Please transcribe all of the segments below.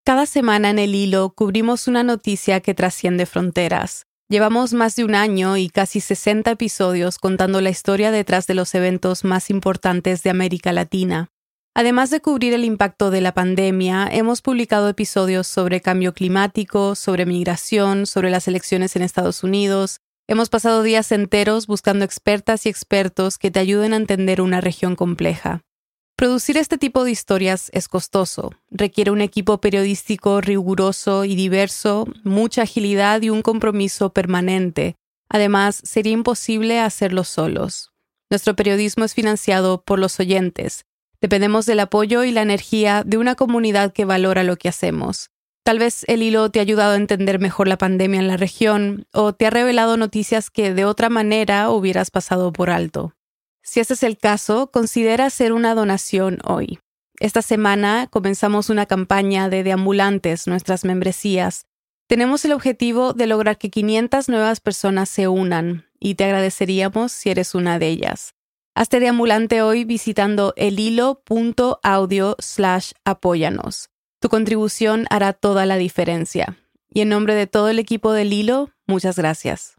Cada semana en El Hilo cubrimos una noticia que trasciende fronteras. Llevamos más de un año y casi 60 episodios contando la historia detrás de los eventos más importantes de América Latina. Además de cubrir el impacto de la pandemia, hemos publicado episodios sobre cambio climático, sobre migración, sobre las elecciones en Estados Unidos. Hemos pasado días enteros buscando expertas y expertos que te ayuden a entender una región compleja. Producir este tipo de historias es costoso. Requiere un equipo periodístico riguroso y diverso, mucha agilidad y un compromiso permanente. Además, sería imposible hacerlo solos. Nuestro periodismo es financiado por los oyentes. Dependemos del apoyo y la energía de una comunidad que valora lo que hacemos. Tal vez El Hilo te ha ayudado a entender mejor la pandemia en la región o te ha revelado noticias que de otra manera hubieras pasado por alto. Si ese es el caso, considera hacer una donación hoy. Esta semana comenzamos una campaña de deambulantes, nuestras membresías. Tenemos el objetivo de lograr que 500 nuevas personas se unan y te agradeceríamos si eres una de ellas. Hazte deambulante hoy visitando elhilo.audio/apóyanos. Tu contribución hará toda la diferencia. Y en nombre de todo el equipo del Hilo, muchas gracias.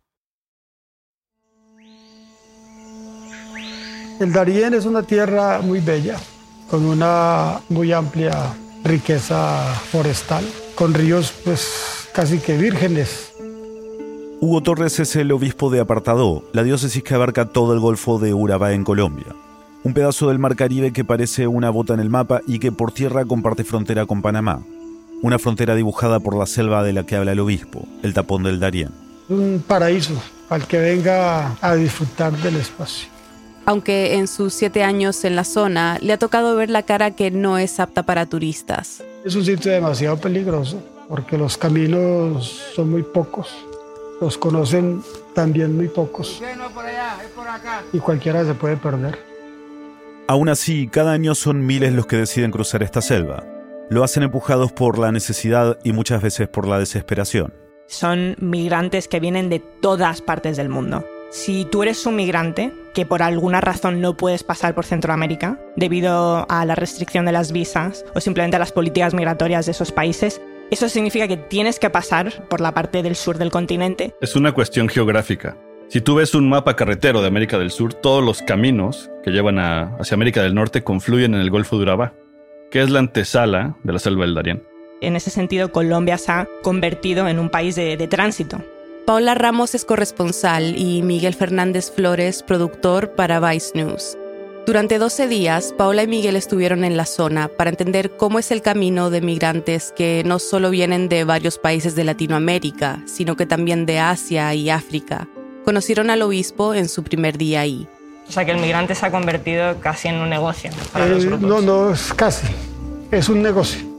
El Darién es una tierra muy bella, con una muy amplia riqueza forestal, con ríos pues casi que vírgenes. Hugo Torres es el obispo de Apartadó, la diócesis que abarca todo el Golfo de Urabá en Colombia. Un pedazo del Mar Caribe que parece una bota en el mapa y que por tierra comparte frontera con Panamá. Una frontera dibujada por la selva de la que habla el obispo, el tapón del Darién. Un paraíso al que venga a disfrutar del espacio. Aunque en sus 7 años en la zona le ha tocado ver la cara que no es apta para turistas. Es un sitio demasiado peligroso porque los caminos son muy pocos. Los conocen también muy pocos. No es por allá, es por acá. Y cualquiera se puede perder. Aún así, cada año son miles los que deciden cruzar esta selva. Lo hacen empujados por la necesidad y muchas veces por la desesperación. Son migrantes que vienen de todas partes del mundo. Si tú eres un migrante que por alguna razón no puedes pasar por Centroamérica debido a la restricción de las visas o simplemente a las políticas migratorias de esos países, eso significa que tienes que pasar por la parte del sur del continente. Es una cuestión geográfica. Si tú ves un mapa carretero de América del Sur, todos los caminos que llevan hacia América del Norte confluyen en el Golfo de Urabá, que es la antesala de la selva del Darién. En ese sentido, Colombia se ha convertido en un país de tránsito. Paola Ramos es corresponsal y Miguel Fernández Flores, productor para Vice News. Durante 12 días, Paola y Miguel estuvieron en la zona para entender cómo es el camino de migrantes que no solo vienen de varios países de Latinoamérica, sino que también de Asia y África. Conocieron al obispo en su primer día ahí. O sea que el migrante se ha convertido casi en un negocio para los grupos. No, es casi. Es un negocio.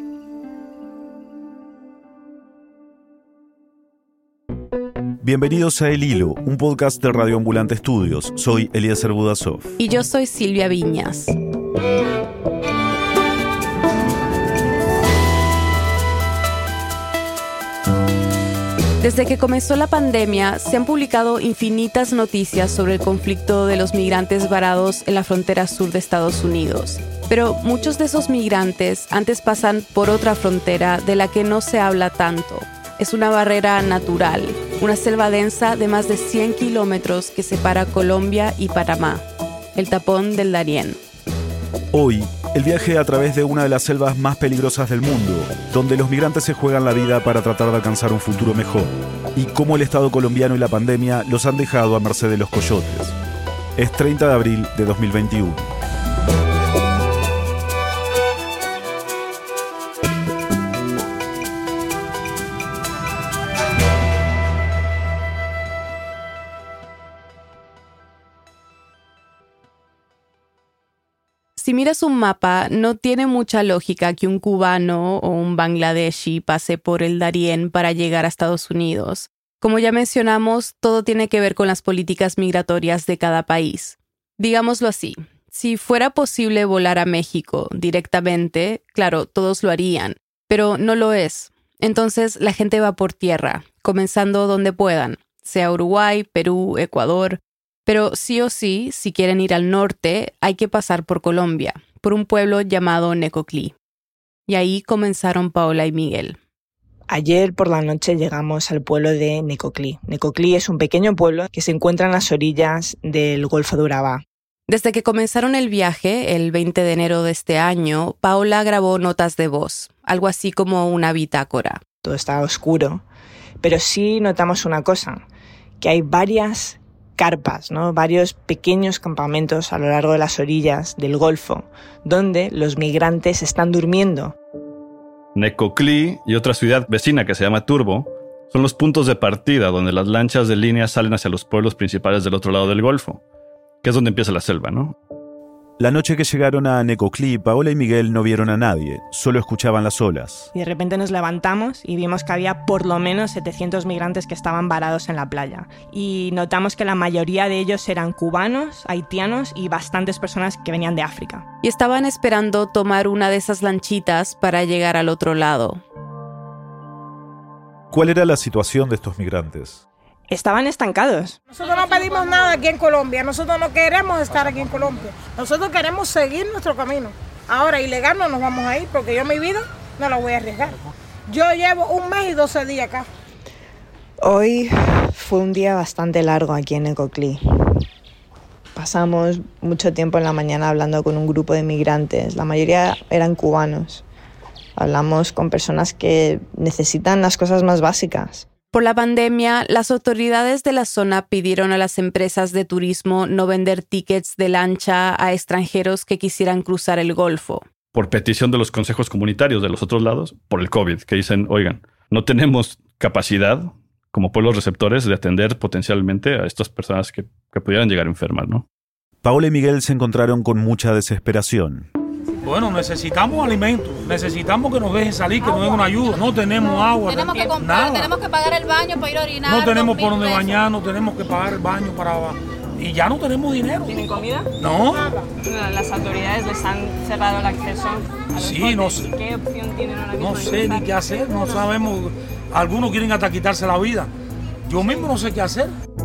Bienvenidos a El Hilo, un podcast de Radio Ambulante Estudios. Soy Eliezer Budasov. Y yo soy Silvia Viñas. Desde que comenzó la pandemia, se han publicado infinitas noticias sobre el conflicto de los migrantes varados en la frontera sur de Estados Unidos. Pero muchos de esos migrantes antes pasan por otra frontera de la que no se habla tanto. Es una barrera natural, una selva densa de más de 100 kilómetros que separa Colombia y Panamá, el tapón del Darién. Hoy, el viaje a través de una de las selvas más peligrosas del mundo, donde los migrantes se juegan la vida para tratar de alcanzar un futuro mejor, y cómo el Estado colombiano y la pandemia los han dejado a merced de los coyotes. Es 30 de abril de 2021. Si miras un mapa, no tiene mucha lógica que un cubano o un bangladeshi pase por el Darién para llegar a Estados Unidos. Como ya mencionamos, todo tiene que ver con las políticas migratorias de cada país. Digámoslo así, si fuera posible volar a México directamente, claro, todos lo harían, pero no lo es. Entonces la gente va por tierra, comenzando donde puedan, sea Uruguay, Perú, Ecuador. Pero sí o sí, si quieren ir al norte, hay que pasar por Colombia, por un pueblo llamado Necoclí. y ahí comenzaron Paola y Miguel. Ayer por la noche llegamos al pueblo de Necoclí. Necoclí es un pequeño pueblo que se encuentra en las orillas del Golfo de Urabá. Desde que comenzaron el viaje, el 20 de enero de este año, Paola grabó notas de voz, algo así como una bitácora. Todo está oscuro, pero sí notamos una cosa, que hay varias carpas, ¿no? Varios pequeños campamentos a lo largo de las orillas del Golfo, donde los migrantes están durmiendo. Necoclí y otra ciudad vecina que se llama Turbo son los puntos de partida donde las lanchas de línea salen hacia los pueblos principales del otro lado del Golfo, que es donde empieza la selva, ¿no? La noche que llegaron a Necoclí, Paola y Miguel no vieron a nadie, solo escuchaban las olas. Y de repente nos levantamos y vimos que había por lo menos 700 migrantes que estaban varados en la playa. Y notamos que la mayoría de ellos eran cubanos, haitianos y bastantes personas que venían de África. Y estaban esperando tomar una de esas lanchitas para llegar al otro lado. ¿Cuál era la situación de estos migrantes? Estaban estancados. Nosotros no pedimos nada aquí en Colombia, nosotros no queremos estar aquí en Colombia, nosotros queremos seguir nuestro camino. Ahora, ilegal no nos vamos a ir porque yo mi vida no la voy a arriesgar. Yo llevo 1 mes y 12 días acá. Hoy fue un día bastante largo aquí en Necoclí. Pasamos mucho tiempo en la mañana hablando con un grupo de migrantes, la mayoría eran cubanos. Hablamos con personas que necesitan las cosas más básicas. Por la pandemia, las autoridades de la zona pidieron a las empresas de turismo no vender tickets de lancha a extranjeros que quisieran cruzar el Golfo. Por petición de los consejos comunitarios de los otros lados, por el COVID, que dicen, oigan, no tenemos capacidad como pueblos receptores de atender potencialmente a estas personas que pudieran llegar enfermas, ¿no? Paola y Miguel se encontraron con mucha desesperación. Bueno, necesitamos alimentos, necesitamos que nos dejen salir, que nos den una ayuda. No tenemos agua, tenemos que comprar, nada. Tenemos que pagar el baño para ir a orinar. No tenemos por dónde bañarnos, tenemos que pagar el baño para... Y ya no tenemos dinero. ¿Tienen comida? No. Las autoridades les han cerrado el acceso a los Sí, no sé. ¿Qué opción tienen ahora mismo? No sé ni qué hacer, no sabemos. Algunos quieren hasta quitarse la vida. Yo mismo no sé qué hacer.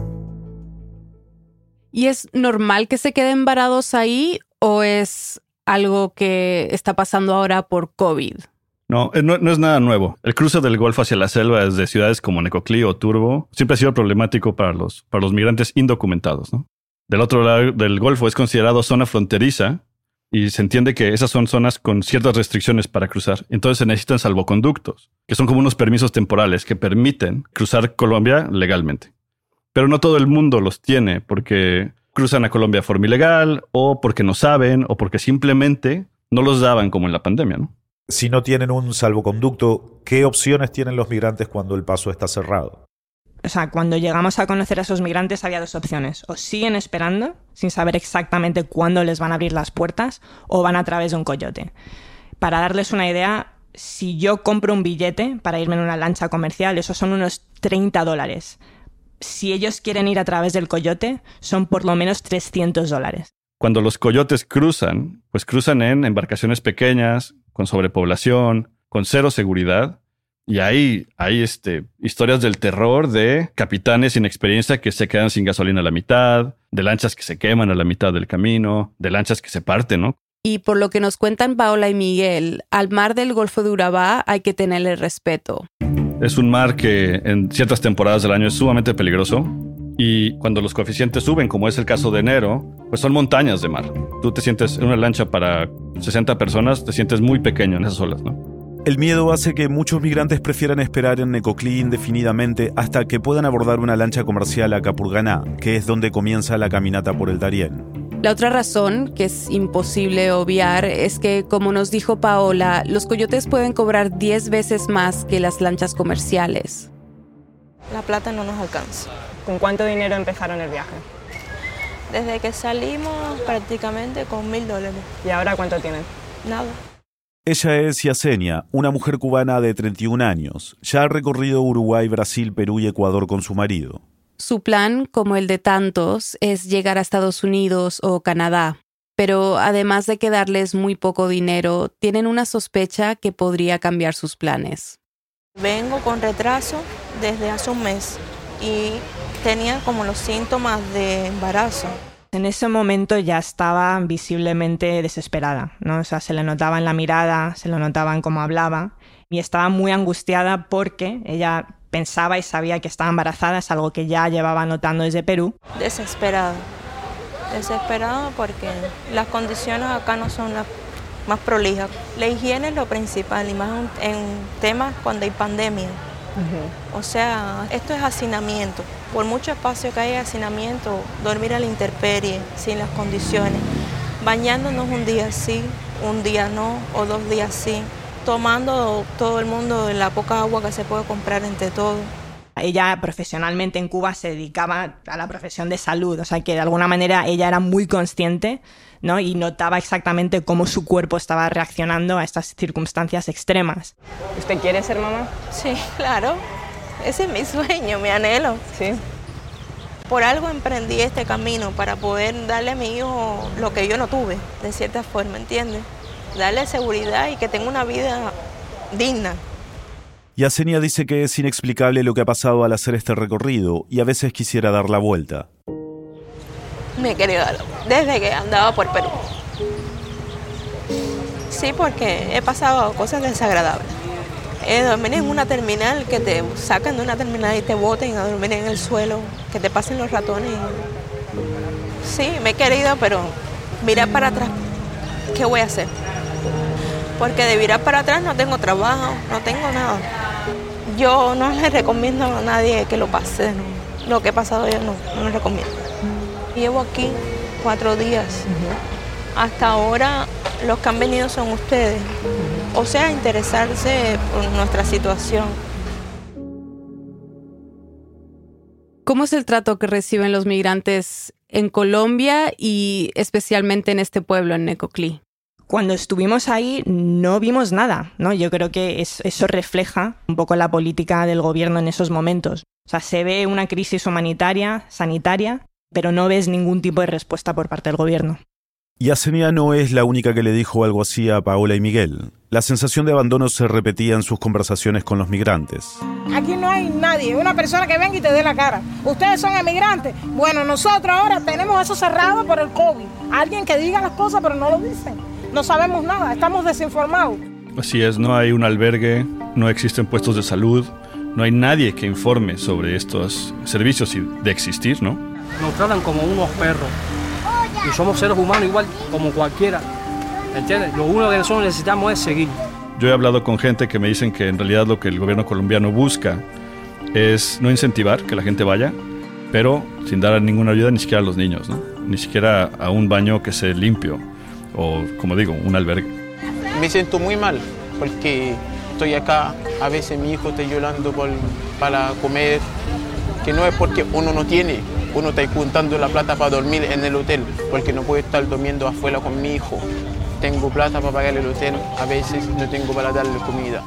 ¿Y es normal que se queden varados ahí o es algo que está pasando ahora por COVID? No es nada nuevo. El cruce del Golfo hacia la selva desde ciudades como Necoclí o Turbo siempre ha sido problemático para los migrantes indocumentados, ¿no? Del otro lado del Golfo es considerado zona fronteriza y se entiende que esas son zonas con ciertas restricciones para cruzar. Entonces se necesitan salvoconductos, que son como unos permisos temporales que permiten cruzar Colombia legalmente. Pero no todo el mundo los tiene porque cruzan a Colombia de forma ilegal o porque no saben o porque simplemente no los daban como en la pandemia, ¿no? Si no tienen un salvoconducto, ¿qué opciones tienen los migrantes cuando el paso está cerrado? O sea, cuando llegamos a conocer a esos migrantes había 2 opciones. O siguen esperando, sin saber exactamente cuándo les van a abrir las puertas, o van a través de un coyote. Para darles una idea, si yo compro un billete para irme en una lancha comercial, esos son unos $30. Si ellos quieren ir a través del coyote, son por lo menos $300. Cuando los coyotes cruzan, pues cruzan en embarcaciones pequeñas, con sobrepoblación, con cero seguridad. Y hay historias del terror de capitanes sin experiencia que se quedan sin gasolina a la mitad, de lanchas que se queman a la mitad del camino, de lanchas que se parten, ¿no? Y por lo que nos cuentan Paola y Miguel, al mar del Golfo de Urabá hay que tenerle respeto. Es un mar que en ciertas temporadas del año es sumamente peligroso. Y cuando los coeficientes suben, como es el caso de enero, pues son montañas de mar. Tú te sientes en una lancha para 60 personas, te sientes muy pequeño en esas olas, ¿no? El miedo hace que muchos migrantes prefieran esperar en Necoclí indefinidamente hasta que puedan abordar una lancha comercial a Capurganá, que es donde comienza la caminata por el Darién. La otra razón, que es imposible obviar, es que, como nos dijo Paola, los coyotes pueden cobrar 10 veces más que las lanchas comerciales. La plata no nos alcanza. ¿Con cuánto dinero empezaron el viaje? Desde que salimos prácticamente con $1,000. ¿Y ahora cuánto tienen? Nada. Ella es Yasenia, una mujer cubana de 31 años. Ya ha recorrido Uruguay, Brasil, Perú y Ecuador con su marido. Su plan, como el de tantos, es llegar a Estados Unidos o Canadá. Pero además de quedarles muy poco dinero, tienen una sospecha que podría cambiar sus planes. Vengo con retraso desde hace 1 mes y tenía como los síntomas de embarazo. En ese momento ya estaba visiblemente desesperada, ¿no? O sea, se le notaba en la mirada, se le notaba en cómo hablaba y estaba muy angustiada porque ella pensaba y sabía que estaba embarazada, es algo que ya llevaba notando desde Perú. Desesperado porque las condiciones acá no son las más prolijas. La higiene es lo principal y más en temas cuando hay pandemia. O sea, esto es hacinamiento. Por mucho espacio que haya hacinamiento, dormir a la intemperie, sin las condiciones. Bañándonos un día sí, un día no, o 2 días sí. Tomando todo el mundo la poca agua que se puede comprar entre todos. Ella profesionalmente en Cuba se dedicaba a la profesión de salud, o sea que de alguna manera ella era muy consciente, ¿no? Y notaba exactamente cómo su cuerpo estaba reaccionando a estas circunstancias extremas. ¿Usted quiere ser mamá? Sí, claro. Ese es mi sueño, mi anhelo. Sí. Por algo emprendí este camino, para poder darle a mi hijo lo que yo no tuve, de cierta forma, ¿entiendes? Darle seguridad y que tenga una vida digna. Yesenia dice que es inexplicable lo que ha pasado al hacer este recorrido y a veces quisiera dar la vuelta. Me he querido dar desde que andaba por Perú. Sí, porque he pasado cosas desagradables. Dormir en una terminal, que te sacan de una terminal y te boten a dormir en el suelo, que te pasen los ratones. Sí, me he querido, pero mirar para atrás, ¿qué voy a hacer? Porque de mirar para atrás no tengo trabajo, no tengo nada. Yo no le recomiendo a nadie que lo pase, ¿no? Lo que he pasado yo no lo recomiendo. Llevo aquí 4 días. Hasta ahora los que han venido son ustedes. O sea, interesarse por nuestra situación. ¿Cómo es el trato que reciben los migrantes en Colombia y especialmente en este pueblo, en Necoclí? Cuando estuvimos ahí no vimos nada, ¿no? Yo creo que eso refleja un poco la política del gobierno en esos momentos. O sea, se ve una crisis humanitaria, sanitaria, pero no ves ningún tipo de respuesta por parte del gobierno. Yesenia no es la única que le dijo algo así a Paola y Miguel. La sensación de abandono se repetía en sus conversaciones con los migrantes. Aquí no hay nadie, una persona que venga y te dé la cara. Ustedes son emigrantes. Bueno, nosotros ahora tenemos eso cerrado por el COVID. Alguien que diga las cosas pero no lo dicen. No sabemos nada, estamos desinformados. Así es, no hay un albergue, no existen puestos de salud, no hay nadie que informe sobre estos servicios y de existir, ¿no? Nos tratan como unos perros y somos seres humanos igual como cualquiera, ¿entiendes? Lo único que nosotros necesitamos es seguir. Yo he hablado con gente que me dicen que en realidad lo que el gobierno colombiano busca es no incentivar que la gente vaya, pero sin dar ninguna ayuda ni siquiera a los niños, ¿no? Ni siquiera a un baño que sea limpio o, como digo, un albergue. Me siento muy mal porque estoy acá, a veces mi hijo está llorando para comer, que no es porque uno no tiene, uno está juntando la plata para dormir en el hotel, porque no puedo estar durmiendo afuera con mi hijo. Tengo plata para pagar el hotel, a veces no tengo para darle comida.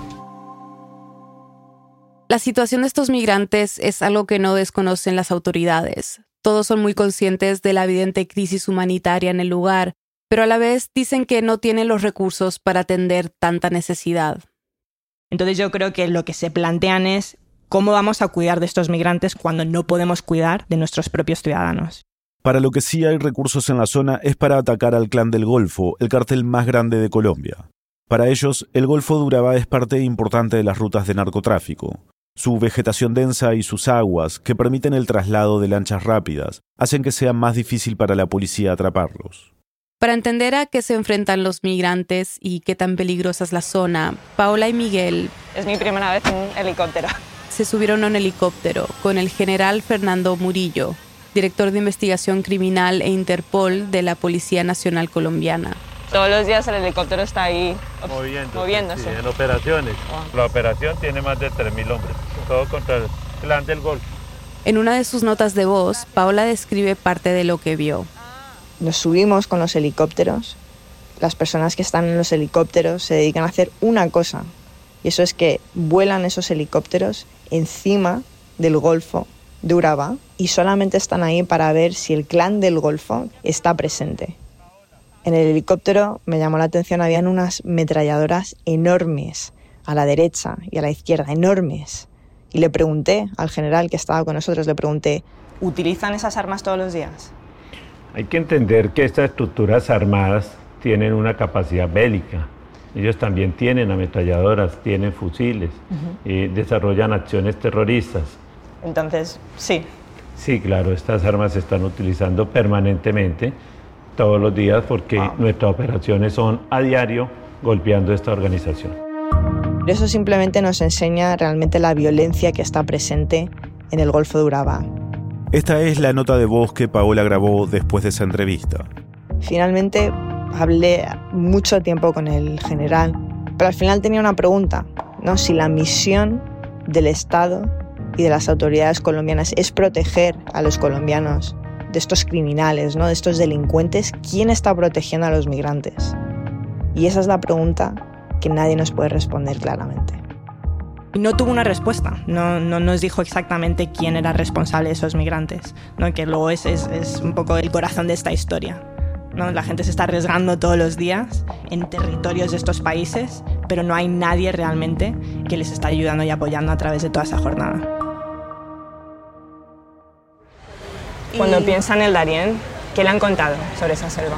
La situación de estos migrantes es algo que no desconocen las autoridades. Todos son muy conscientes de la evidente crisis humanitaria en el lugar, pero a la vez dicen que no tienen los recursos para atender tanta necesidad. Entonces yo creo que lo que se plantean es cómo vamos a cuidar de estos migrantes cuando no podemos cuidar de nuestros propios ciudadanos. Para lo que sí hay recursos en la zona es para atacar al Clan del Golfo, el cartel más grande de Colombia. Para ellos, el Golfo de Urabá es parte importante de las rutas de narcotráfico. Su vegetación densa y sus aguas, que permiten el traslado de lanchas rápidas, hacen que sea más difícil para la policía atraparlos. Para entender a qué se enfrentan los migrantes y qué tan peligrosa es la zona, Paola y Miguel... Es mi primera vez en un helicóptero. Se subieron a un helicóptero con el general Fernando Murillo, director de investigación criminal e Interpol de la Policía Nacional Colombiana. Todos los días el helicóptero está ahí moviéndose. Sí, en operaciones. Wow. La operación tiene más de 3.000 hombres, todo contra el Clan del Golfo. En una de sus notas de voz, Paola describe parte de lo que vio. Nos subimos con los helicópteros. Las personas que están en los helicópteros se dedican a hacer una cosa, y eso es que vuelan esos helicópteros encima del Golfo de Urabá y solamente están ahí para ver si el Clan del Golfo está presente. En el helicóptero me llamó la atención, habían unas metralladoras enormes a la derecha y a la izquierda, enormes. Y le pregunté al general que estaba con nosotros, le pregunté, ¿utilizan esas armas todos los días? Hay que entender que estas estructuras armadas tienen una capacidad bélica. Ellos también tienen ametralladoras, tienen fusiles, desarrollan acciones terroristas. Entonces, sí. Sí, claro, estas armas se están utilizando permanentemente, todos los días, porque nuestras operaciones son a diario golpeando esta organización. Eso simplemente nos enseña realmente la violencia que está presente en el Golfo de Urabá. Esta es la nota de voz que Paola grabó después de esa entrevista. Finalmente hablé mucho tiempo con el general, pero al final tenía una pregunta, ¿no? Si la misión del Estado y de las autoridades colombianas es proteger a los colombianos de estos criminales, ¿no? De estos delincuentes, ¿quién está protegiendo a los migrantes? Y esa es la pregunta que nadie nos puede responder claramente. No tuvo una respuesta, no nos dijo exactamente quién era responsable de esos migrantes, ¿no? Que luego es un poco el corazón de esta historia, ¿no? La gente se está arriesgando todos los días en territorios de estos países, pero no hay nadie realmente que les está ayudando y apoyando a través de toda esa jornada. Cuando piensan en el Darién, ¿qué le han contado sobre esa selva?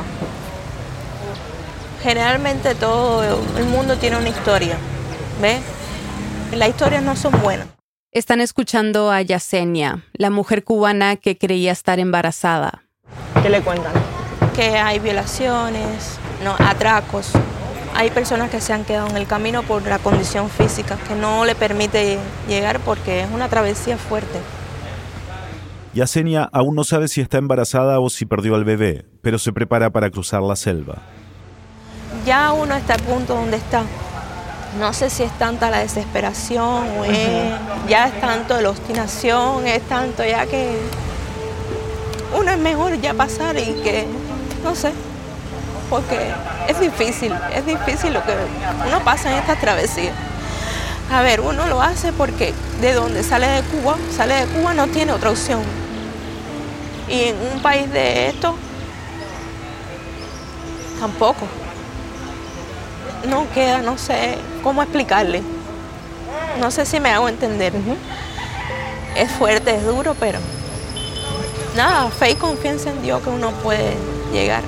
Generalmente todo el mundo tiene una historia, ¿ves? Las historias no son buenas. Están escuchando a Yesenia, la mujer cubana que creía estar embarazada. ¿Qué le cuentan? Que hay violaciones, atracos. Hay personas que se han quedado en el camino por la condición física, que no le permite llegar porque es una travesía fuerte. Yesenia aún no sabe si está embarazada o si perdió al bebé, pero se prepara para cruzar la selva. Ya uno está al punto donde está. No sé si es tanta la desesperación o ya es tanto la obstinación, es tanto ya que uno es mejor ya pasar y que, no sé, porque es difícil lo que uno pasa en esta travesía. A ver, uno lo hace porque de donde sale de Cuba no tiene otra opción. Y en un país de esto, tampoco. No queda, no sé cómo explicarle. No sé si me hago entender. Es fuerte, es duro, pero nada, fe y confianza en Dios que uno puede llegar.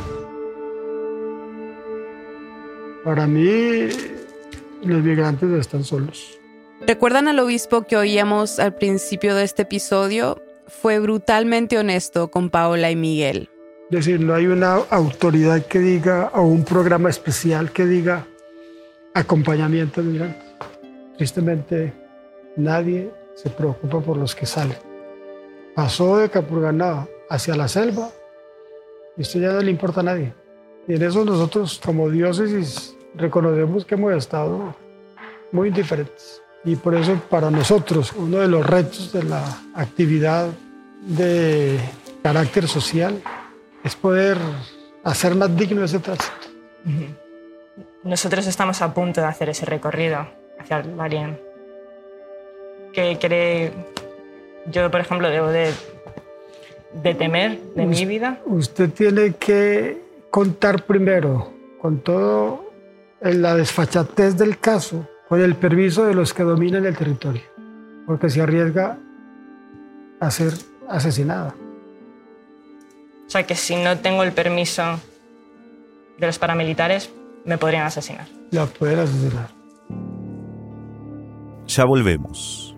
Para mí, los migrantes están solos. ¿Recuerdan al obispo que oíamos al principio de este episodio? Fue brutalmente honesto con Paola y Miguel. Es decir, no hay una autoridad que diga, o un programa especial que diga acompañamiento de migrantes. Tristemente, nadie se preocupa por los que salen. Pasó de Capurganá hacia la selva, y esto ya no le importa a nadie. Y en eso nosotros, como diócesis, reconocemos que hemos estado muy indiferentes. Y por eso, para nosotros, uno de los retos de la actividad de carácter social es poder hacer más digno ese tránsito. Nosotros estamos a punto de hacer ese recorrido hacia el Darién. ¿Qué cree? Yo, por ejemplo, debo de temer de mi vida. Usted tiene que contar primero con todo la desfachatez del caso, con el permiso de los que dominan el territorio, porque se arriesga a ser asesinada. O sea, que si no tengo el permiso de los paramilitares, me podrían asesinar. La pueden asesinar. Ya volvemos.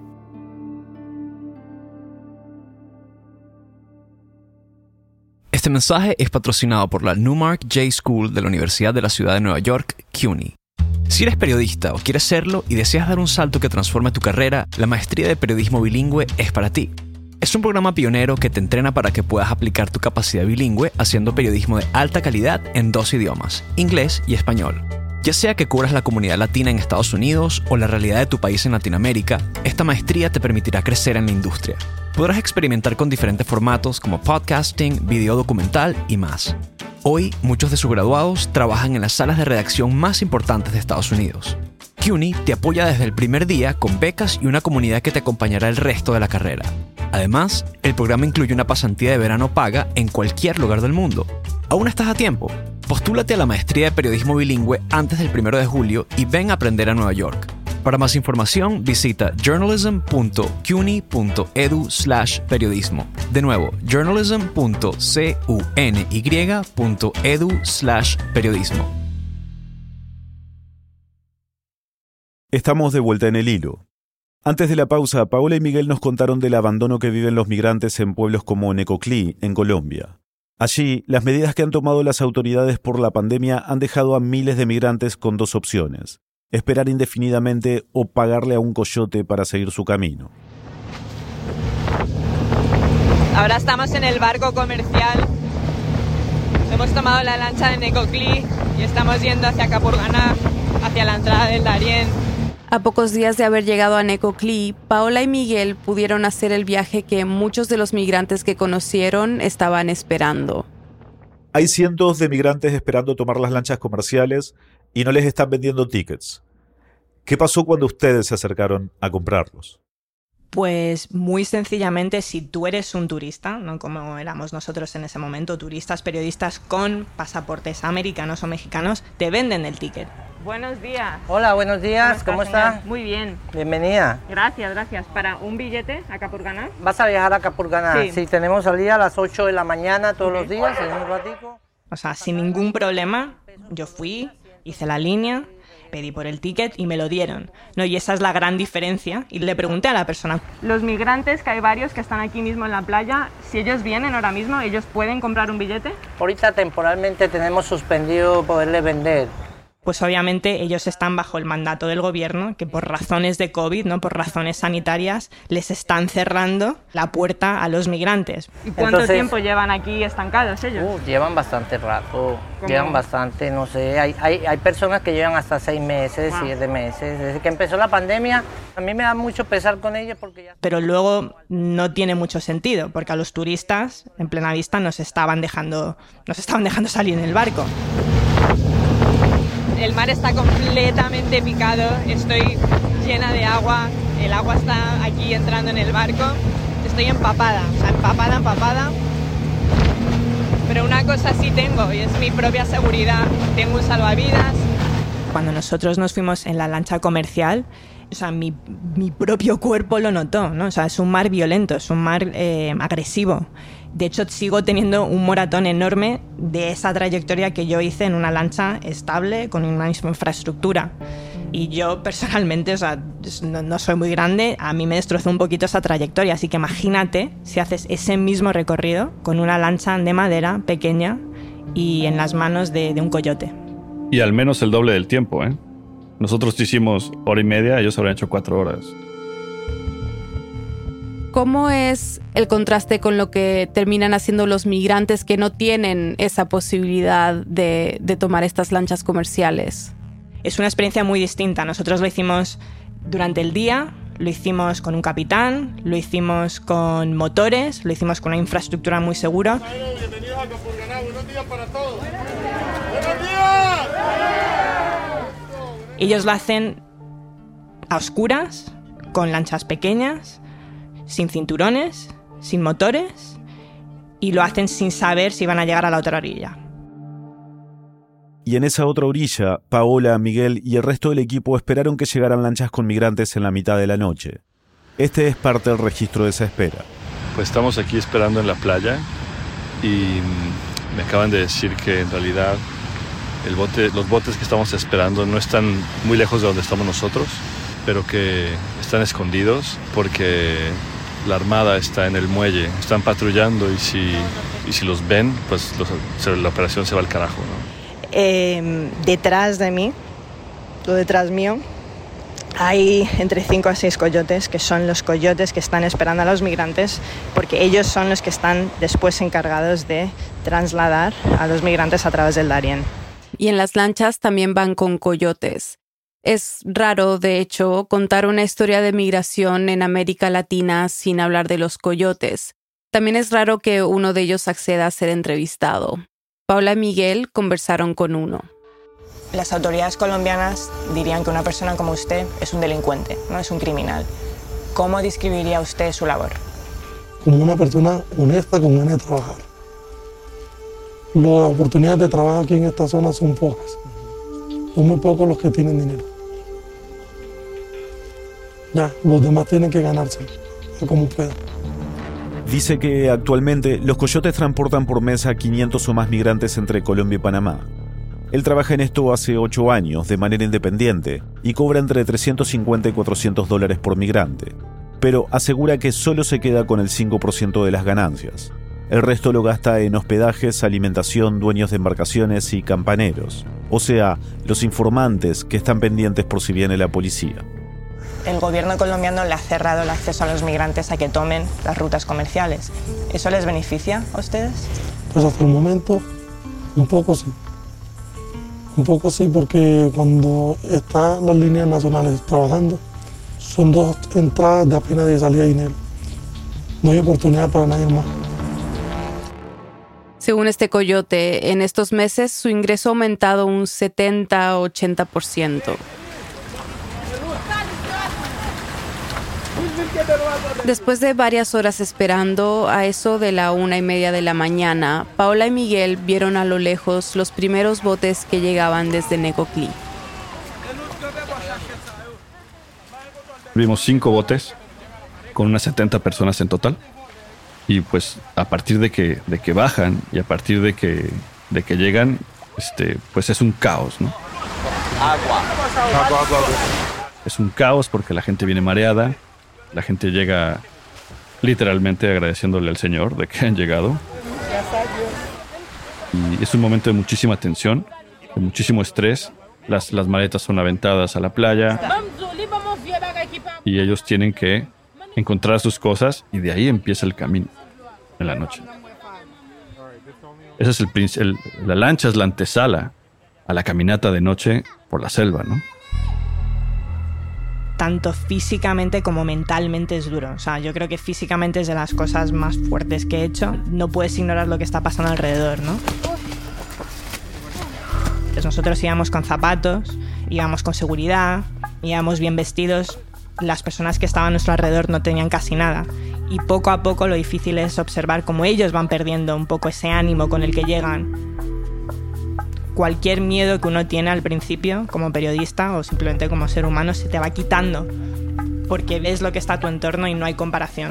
Este mensaje es patrocinado por la Newmark J School de la Universidad de la Ciudad de Nueva York, CUNY. Si eres periodista o quieres serlo y deseas dar un salto que transforme tu carrera, la maestría de periodismo bilingüe es para ti. Es un programa pionero que te entrena para que puedas aplicar tu capacidad bilingüe haciendo periodismo de alta calidad en 2 idiomas, inglés y español. Ya sea que cubras la comunidad latina en Estados Unidos o la realidad de tu país en Latinoamérica, esta maestría te permitirá crecer en la industria. Podrás experimentar con diferentes formatos como podcasting, video documental y más. Hoy, muchos de sus graduados trabajan en las salas de redacción más importantes de Estados Unidos. CUNY te apoya desde el primer día con becas y una comunidad que te acompañará el resto de la carrera. Además, el programa incluye una pasantía de verano paga en cualquier lugar del mundo. ¿Aún estás a tiempo? Postúlate a la maestría de periodismo bilingüe antes del 1 de julio y ven a aprender a Nueva York. Para más información, visita journalism.cuny.edu/periodismo. De nuevo, journalism.cuny.edu/periodismo. Estamos de vuelta en el hilo. Antes de la pausa, Paola y Miguel nos contaron del abandono que viven los migrantes en pueblos como Necoclí, en Colombia. Allí, las medidas que han tomado las autoridades por la pandemia han dejado a miles de migrantes con dos opciones: esperar indefinidamente o pagarle a un coyote para seguir su camino. Ahora estamos en el barco comercial. Hemos tomado la lancha de Necoclí y estamos yendo hacia Capurganá, hacia la entrada del Darién. A pocos días de haber llegado a Necoclí, Paola y Miguel pudieron hacer el viaje que muchos de los migrantes que conocieron estaban esperando. Hay cientos de migrantes esperando tomar las lanchas comerciales y no les están vendiendo tickets. ¿Qué pasó cuando ustedes se acercaron a comprarlos? Pues muy sencillamente, si tú eres un turista, no como éramos nosotros en ese momento, turistas, periodistas con pasaportes americanos o mexicanos, te venden el ticket. Buenos días. Hola, buenos días. ¿Cómo está? Muy bien. Bienvenida. Gracias. ¿Para un billete a Capurganá? ¿Vas a viajar a Capurganá? Sí. Sí, tenemos salida a las 8 de la mañana todos los días, en un ratico. O sea, sin ningún problema, yo fui, hice la línea, pedí por el ticket y me lo dieron, ¿no? Y esa es la gran diferencia. Y le pregunté a la persona: los migrantes, que hay varios que están aquí mismo en la playa, si ellos vienen ahora mismo, ¿ellos pueden comprar un billete? Ahorita temporalmente tenemos suspendido poderle vender. Pues obviamente ellos están bajo el mandato del gobierno, que por razones de COVID, ¿no? Por razones sanitarias, les están cerrando la puerta a los migrantes. ¿Y cuánto tiempo llevan aquí estancados ellos? Llevan bastante rato, llevan bastante, no sé, hay personas que llevan hasta 6 meses, 7 meses, desde que empezó la pandemia. A mí me da mucho pesar con ellos porque ya... Pero luego no tiene mucho sentido, porque a los turistas, en plena vista, nos estaban dejando salir en el barco. El mar está completamente picado, estoy llena de agua, el agua está aquí entrando en el barco, estoy empapada, empapada. Pero una cosa sí tengo y es mi propia seguridad, tengo un salvavidas. Cuando nosotros nos fuimos en la lancha comercial, o sea, mi propio cuerpo lo notó, ¿no? O sea, es un mar violento, es un mar agresivo. De hecho, sigo teniendo un moratón enorme de esa trayectoria que yo hice en una lancha estable, con una misma infraestructura. Y yo, personalmente, o sea, no soy muy grande, a mí me destrozó un poquito esa trayectoria. Así que imagínate si haces ese mismo recorrido con una lancha de madera pequeña y en las manos de un coyote. Y al menos el doble del tiempo, ¿eh? Nosotros hicimos 1 hora y media, ellos habrán hecho 4 horas. ¿Cómo es el contraste con lo que terminan haciendo los migrantes que no tienen esa posibilidad de tomar estas lanchas comerciales? Es una experiencia muy distinta. Nosotros lo hicimos durante el día, lo hicimos con un capitán, lo hicimos con motores, lo hicimos con una infraestructura muy segura. Bienvenidos a Capurganá, buenos días para todos. ¡Buenos días! Ellos lo hacen a oscuras, con lanchas pequeñas, sin cinturones, sin motores, y lo hacen sin saber si van a llegar a la otra orilla. Y en esa otra orilla, Paola, Miguel y el resto del equipo esperaron que llegaran lanchas con migrantes en la mitad de la noche. Este es parte del registro de esa espera. Pues estamos aquí esperando en la playa y me acaban de decir que en realidad los botes que estamos esperando no están muy lejos de donde estamos nosotros, pero que están escondidos porque la armada está en el muelle, están patrullando y si los ven, pues la operación se va al carajo, ¿no? Detrás de mí, o detrás mío, hay entre 5 a 6 coyotes, que son los coyotes que están esperando a los migrantes, porque ellos son los que están después encargados de trasladar a los migrantes a través del Darién. Y en las lanchas también van con coyotes. Es raro, de hecho, contar una historia de migración en América Latina sin hablar de los coyotes. También es raro que uno de ellos acceda a ser entrevistado. Paola y Miguel conversaron con uno. Las autoridades colombianas dirían que una persona como usted es un delincuente, no es un criminal. ¿Cómo describiría usted su labor? Como una persona honesta con ganas de trabajar. Las oportunidades de trabajo aquí en esta zona son pocas. Son muy pocos los que tienen dinero. Ya, los demás tienen que ganarse como puedan. Dice que actualmente los coyotes transportan por mes a 500 o más migrantes entre Colombia y Panamá. Él trabaja en esto hace 8 años de manera independiente y cobra entre $350 y $400 por migrante, pero asegura que solo se queda con el 5% de las ganancias. El resto lo gasta en hospedajes, alimentación, dueños de embarcaciones y campaneros, o sea, los informantes que están pendientes por si viene la policía. El gobierno colombiano le ha cerrado el acceso a los migrantes a que tomen las rutas comerciales. ¿Eso les beneficia a ustedes? Pues hasta el momento, un poco sí. Un poco sí, porque cuando están las líneas nacionales trabajando, son 2 entradas de apenas de salida de dinero. No hay oportunidad para nadie más. Según este coyote, en estos meses su ingreso ha aumentado un 70-80%. Después de varias horas esperando, a eso de la 1:30 de la mañana, Paola y Miguel vieron a lo lejos los primeros botes que llegaban desde Necoclí. Vimos 5 botes con unas 70 personas en total. Y pues a partir de que bajan y a partir de que llegan, pues es un caos, ¿no? Agua. Es un caos porque la gente viene mareada. La gente llega literalmente agradeciéndole al Señor de que han llegado. Y es un momento de muchísima tensión, de muchísimo estrés. Las maletas son aventadas a la playa y ellos tienen que encontrar sus cosas y de ahí empieza el camino en la noche. Ese es la lancha es la antesala a la caminata de noche por la selva, ¿no? Tanto físicamente como mentalmente es duro. O sea, yo creo que físicamente es de las cosas más fuertes que he hecho. No puedes ignorar lo que está pasando alrededor, ¿no? Pues nosotros íbamos con zapatos, íbamos con seguridad, íbamos bien vestidos. Las personas que estaban a nuestro alrededor no tenían casi nada. Y poco a poco lo difícil es observar cómo ellos van perdiendo un poco ese ánimo con el que llegan. Cualquier miedo que uno tiene al principio, como periodista o simplemente como ser humano, se te va quitando, porque ves lo que está a tu entorno y no hay comparación.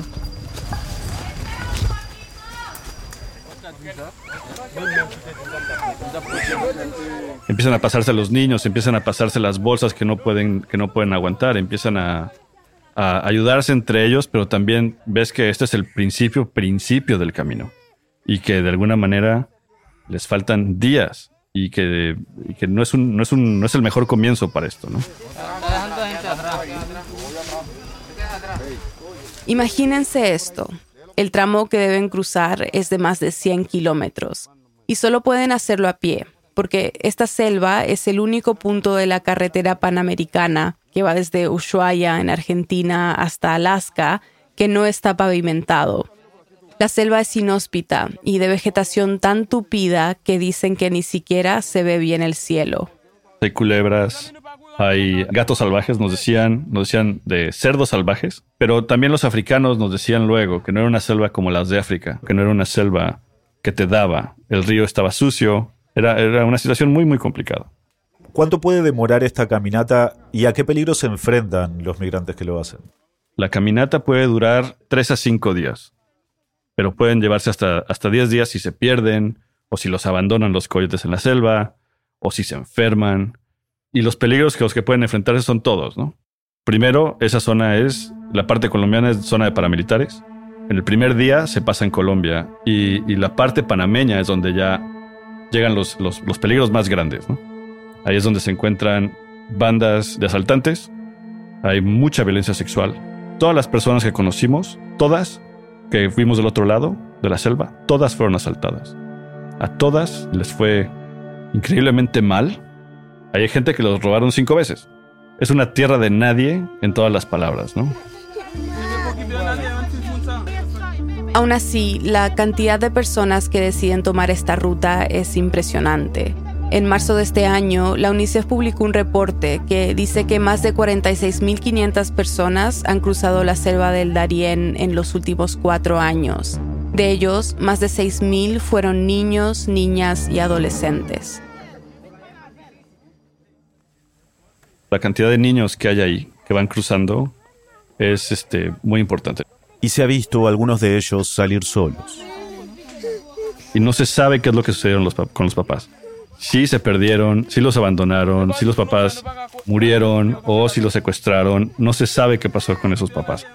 Empiezan a pasarse los niños, empiezan a pasarse las bolsas que no pueden aguantar, empiezan a ayudarse entre ellos, pero también ves que este es el principio del camino y que de alguna manera les faltan días. Y que no es el mejor comienzo para esto, ¿no? Imagínense esto. El tramo que deben cruzar es de más de 100 kilómetros. Y solo pueden hacerlo a pie, porque esta selva es el único punto de la carretera panamericana que va desde Ushuaia, en Argentina, hasta Alaska, que no está pavimentado. La selva es inhóspita y de vegetación tan tupida que dicen que ni siquiera se ve bien el cielo. Hay culebras, hay gatos salvajes, nos decían de cerdos salvajes, pero también los africanos nos decían luego que no era una selva como las de África, que no era una selva que te daba. El río estaba sucio, era una situación muy, muy complicada. ¿Cuánto puede demorar esta caminata y a qué peligro se enfrentan los migrantes que lo hacen? La caminata puede durar 3 a 5 días. Pero pueden llevarse hasta 10 días si se pierden, o si los abandonan los coyotes en la selva, o si se enferman. Y los peligros que los que pueden enfrentarse son todos, ¿no? Primero, esa zona la parte colombiana es zona de paramilitares. En el primer día se pasa en Colombia, y la parte panameña es donde ya llegan los peligros más grandes, ¿no? Ahí es donde se encuentran bandas de asaltantes, hay mucha violencia sexual. Todas las personas que conocimos, todas, que fuimos del otro lado de la selva, todas fueron asaltadas. A todas les fue increíblemente mal. Hay gente que los robaron 5 veces. Es una tierra de nadie en todas las palabras, ¿no? Aún así, la cantidad de personas que deciden tomar esta ruta es impresionante. En marzo de este año, la UNICEF publicó un reporte que dice que más de 46.500 personas han cruzado la selva del Darién en los últimos 4 años. De ellos, más de 6.000 fueron niños, niñas y adolescentes. La cantidad de niños que hay ahí, que van cruzando, es muy importante. Y se ha visto a algunos de ellos salir solos. Y no se sabe qué es lo que sucedió con los papás. Si se perdieron, si los abandonaron, si los papás murieron o si los secuestraron. No se sabe qué pasó con esos papás.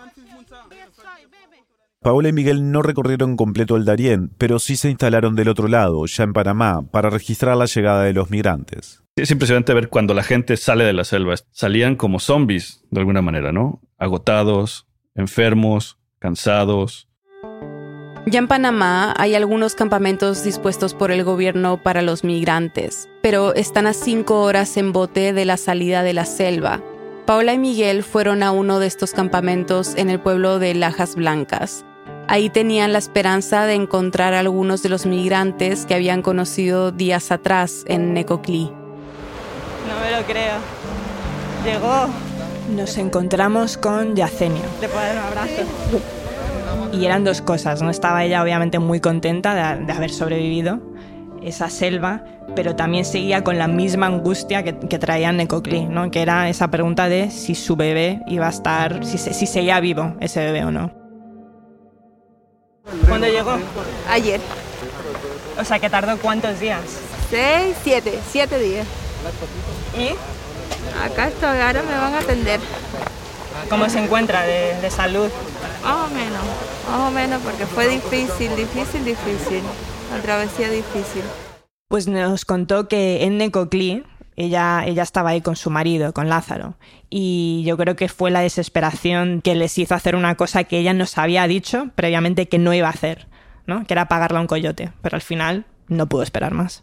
Paola y Miguel no recorrieron completo el Darién, pero sí se instalaron del otro lado, ya en Panamá, para registrar la llegada de los migrantes. Es impresionante ver cuando la gente sale de la selva. Salían como zombies, de alguna manera, ¿no? Agotados, enfermos, cansados. Ya en Panamá hay algunos campamentos dispuestos por el gobierno para los migrantes, pero están a 5 horas en bote de la salida de la selva. Paola y Miguel fueron a uno de estos campamentos en el pueblo de Lajas Blancas. Ahí tenían la esperanza de encontrar a algunos de los migrantes que habían conocido días atrás en Necoclí. No me lo creo. Llegó. Nos encontramos con Yacenia. Le puedo dar un abrazo. Y eran dos cosas, ¿no? Estaba ella obviamente muy contenta de haber sobrevivido esa selva, pero también seguía con la misma angustia que traía Necoclí, ¿no? Que era esa pregunta de si su bebé iba a estar, si seguía vivo ese bebé o no. ¿Cuándo llegó? Ayer. O sea, ¿que tardó cuántos días? 7 días. ¿Y? Acá estoy, ahora me van a atender. ¿Cómo se encuentra de salud? Más o menos, porque fue difícil. La travesía difícil. Pues nos contó que en Necoclí ella estaba ahí con su marido, con Lázaro, y yo creo que fue la desesperación que les hizo hacer una cosa que ella nos había dicho previamente que no iba a hacer, ¿no? Que era pagarle a un coyote, pero al final no pudo esperar más.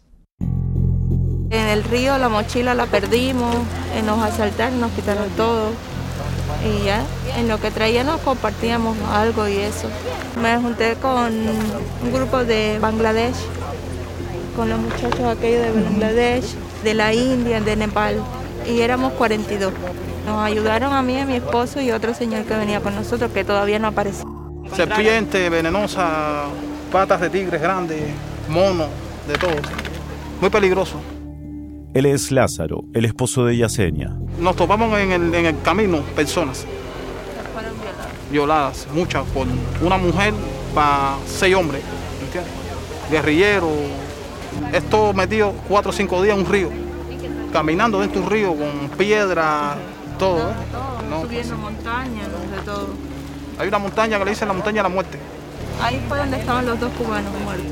En el río la mochila la perdimos, nos asaltaron, nos quitaron todo. Y ya, en lo que traíamos compartíamos algo y eso. Me junté con un grupo de Bangladesh, con los muchachos aquellos de Bangladesh, de la India, de Nepal, y éramos 42. Nos ayudaron a mí, a mi esposo y otro señor que venía con nosotros, que todavía no apareció. Serpiente, venenosa, patas de tigres grandes, monos, de todo. Muy peligroso. Él es Lázaro, el esposo de Yacenia. Nos topamos en el camino personas violadas, muchas, por una mujer para 6 hombres, ¿entiendes? Guerrilleros, esto metido 4 o 5 días en un río, caminando dentro de un río con piedras, todo. Subiendo montañas, de todo. Hay una montaña que le dicen la montaña de la muerte. Ahí fue donde estaban los 2 cubanos muertos.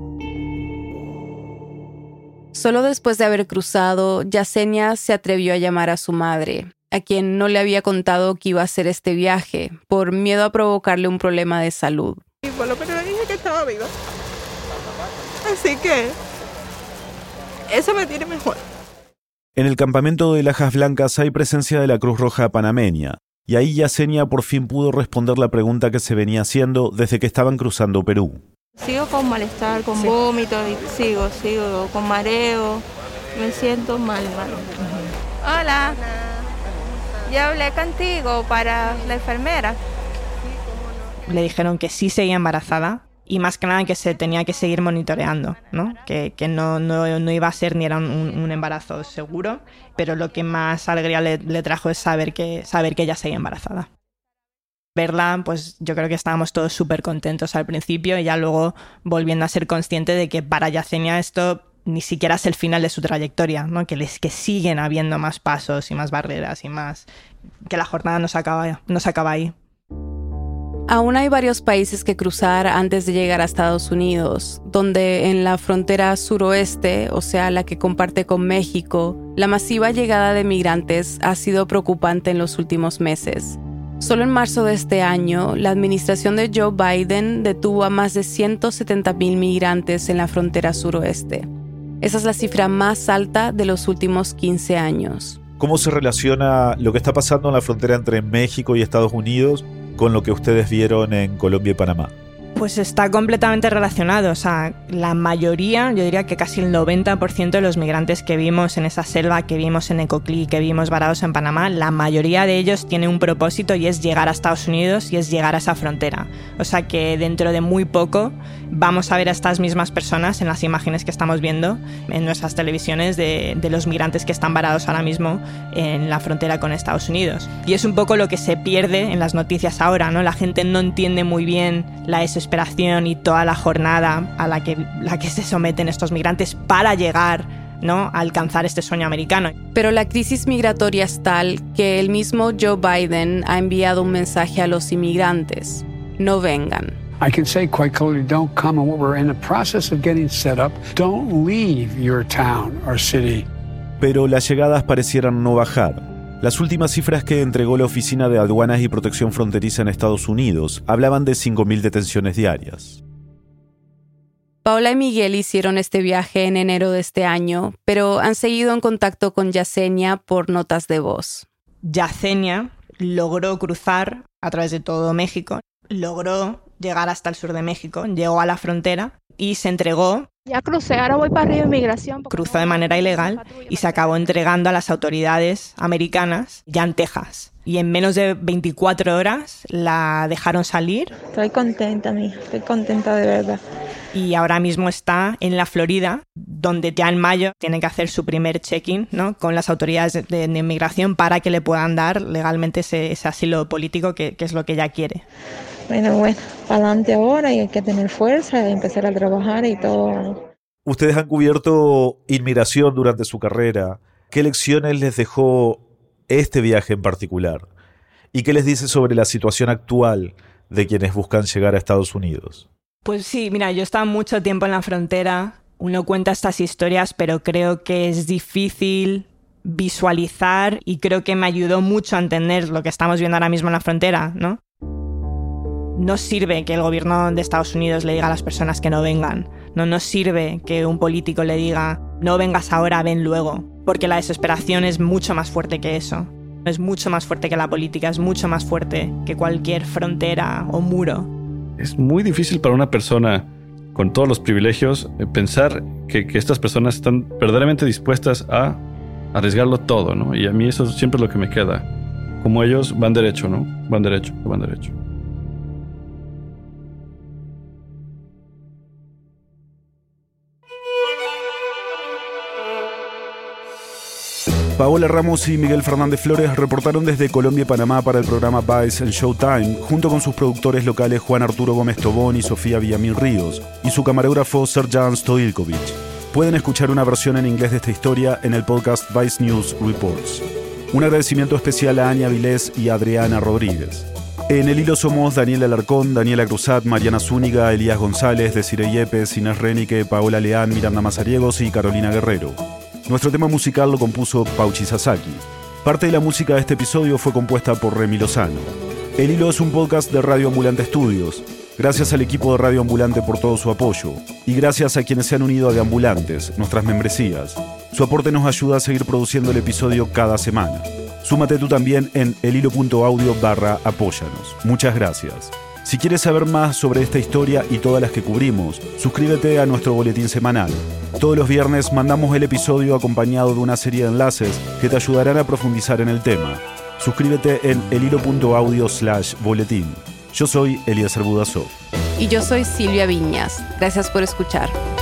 Solo después de haber cruzado, Yacenia se atrevió a llamar a su madre, a quien no le había contado que iba a hacer este viaje, por miedo a provocarle un problema de salud. Y por lo menos le dije que estaba viva. Así que eso me tiene mejor. En el campamento de Lajas Blancas hay presencia de la Cruz Roja panameña, y ahí Yacenia por fin pudo responder la pregunta que se venía haciendo desde que estaban cruzando Perú. Sigo con malestar, con vómitos, y sigo con mareo, me siento mal. Hola, ya hablé contigo para la enfermera. Le dijeron que sí seguía embarazada y más que nada que se tenía que seguir monitoreando, ¿no? Que no iba a ser ni era un embarazo seguro, pero lo que más alegría le trajo es saber que ella seguía embarazada. Verla, pues yo creo que estábamos todos súper contentos al principio y ya luego volviendo a ser consciente de que para Yacenia esto ni siquiera es el final de su trayectoria, ¿no? Que siguen habiendo más pasos y más barreras y más... que la jornada no se acaba ahí. Aún hay varios países que cruzar antes de llegar a Estados Unidos, donde en la frontera suroeste, o sea, la que comparte con México, la masiva llegada de migrantes ha sido preocupante en los últimos meses. Solo en marzo de este año, la administración de Joe Biden detuvo a más de 170,000 migrantes en la frontera suroeste. Esa es la cifra más alta de los últimos 15 años. ¿Cómo se relaciona lo que está pasando en la frontera entre México y Estados Unidos con lo que ustedes vieron en Colombia y Panamá? Pues está completamente relacionado. O sea, la mayoría, yo diría que casi el 90% de los migrantes que vimos en esa selva, que vimos en Necoclí, que vimos varados en Panamá, la mayoría de ellos tiene un propósito y es llegar a Estados Unidos y es llegar a esa frontera. O sea que dentro de muy poco vamos a ver a estas mismas personas en las imágenes que estamos viendo en nuestras televisiones de los migrantes que están varados ahora mismo en la frontera con Estados Unidos. Y es un poco lo que se pierde en las noticias ahora, ¿no? La gente no entiende muy bien la desesperación y toda la jornada a la que se someten estos migrantes para llegar, ¿no?, a alcanzar este sueño americano. Pero la crisis migratoria es tal que el mismo Joe Biden ha enviado un mensaje a los inmigrantes: no vengan. I can say quite clearly, don't come, and what we're in the process of getting set up, don't leave your town or city. Pero las llegadas parecieran no bajar. Las últimas cifras que entregó la Oficina de Aduanas y Protección Fronteriza en Estados Unidos hablaban de 5.000 detenciones diarias. Paola y Miguel hicieron este viaje en enero de este año, pero han seguido en contacto con Yesenia por notas de voz. Yesenia logró cruzar a través de todo México, logró llegar hasta el sur de México, llegó a la frontera y se entregó. Ya crucé, ahora voy para Río Inmigración. Cruzó de manera ilegal y se acabó entregando a las autoridades americanas ya en Texas. Y en menos de 24 horas la dejaron salir. Estoy contenta, mija, estoy contenta de verdad. Y ahora mismo está en la Florida, donde ya en mayo tiene que hacer su primer check-in, ¿no?, con las autoridades de inmigración para que le puedan dar legalmente ese asilo político que es lo que ella quiere. Bueno, para adelante ahora y hay que tener fuerza y empezar a trabajar y todo. Ustedes han cubierto inmigración durante su carrera. ¿Qué lecciones les dejó este viaje en particular? ¿Y qué les dice sobre la situación actual de quienes buscan llegar a Estados Unidos? Pues sí, mira, yo he estado mucho tiempo en la frontera. Uno cuenta estas historias, pero creo que es difícil visualizar y creo que me ayudó mucho a entender lo que estamos viendo ahora mismo en la frontera, ¿no? No sirve que el gobierno de Estados Unidos le diga a las personas que no vengan. No sirve que un político le diga no vengas ahora, ven luego. Porque la desesperación es mucho más fuerte que eso. Es mucho más fuerte que la política, es mucho más fuerte que cualquier frontera o muro. Es muy difícil para una persona con todos los privilegios pensar que estas personas están verdaderamente dispuestas a arriesgarlo todo, ¿no? Y a mí eso siempre es lo que me queda. Como ellos van derecho, ¿no? Van derecho. Paola Ramos y Miguel Fernández Flores reportaron desde Colombia y Panamá para el programa Vice en Showtime, junto con sus productores locales Juan Arturo Gómez Tobón y Sofía Villamil Ríos, y su camarógrafo Serjan Stoilkovic. Pueden escuchar una versión en inglés de esta historia en el podcast Vice News Reports. Un agradecimiento especial a Ania Vilés y a Adriana Rodríguez. En el hilo somos Daniel Alarcón, Daniela Cruzat, Mariana Zúñiga, Elías González, Desiree Yepes, Inés Renique, Paola Leán, Miranda Mazariegos y Carolina Guerrero. Nuestro tema musical lo compuso Pauchi Sasaki. Parte de la música de este episodio fue compuesta por Remy Lozano. El Hilo es un podcast de Radio Ambulante Estudios. Gracias al equipo de Radio Ambulante por todo su apoyo. Y gracias a quienes se han unido a De Ambulantes, nuestras membresías. Su aporte nos ayuda a seguir produciendo el episodio cada semana. Súmate tú también en elhilo.audio/apóyanos. Muchas gracias. Si quieres saber más sobre esta historia y todas las que cubrimos, suscríbete a nuestro boletín semanal. Todos los viernes mandamos el episodio acompañado de una serie de enlaces que te ayudarán a profundizar en el tema. Suscríbete en elhilo.audio/boletín. Yo soy Eliezer Budasov. Y yo soy Silvia Viñas. Gracias por escuchar.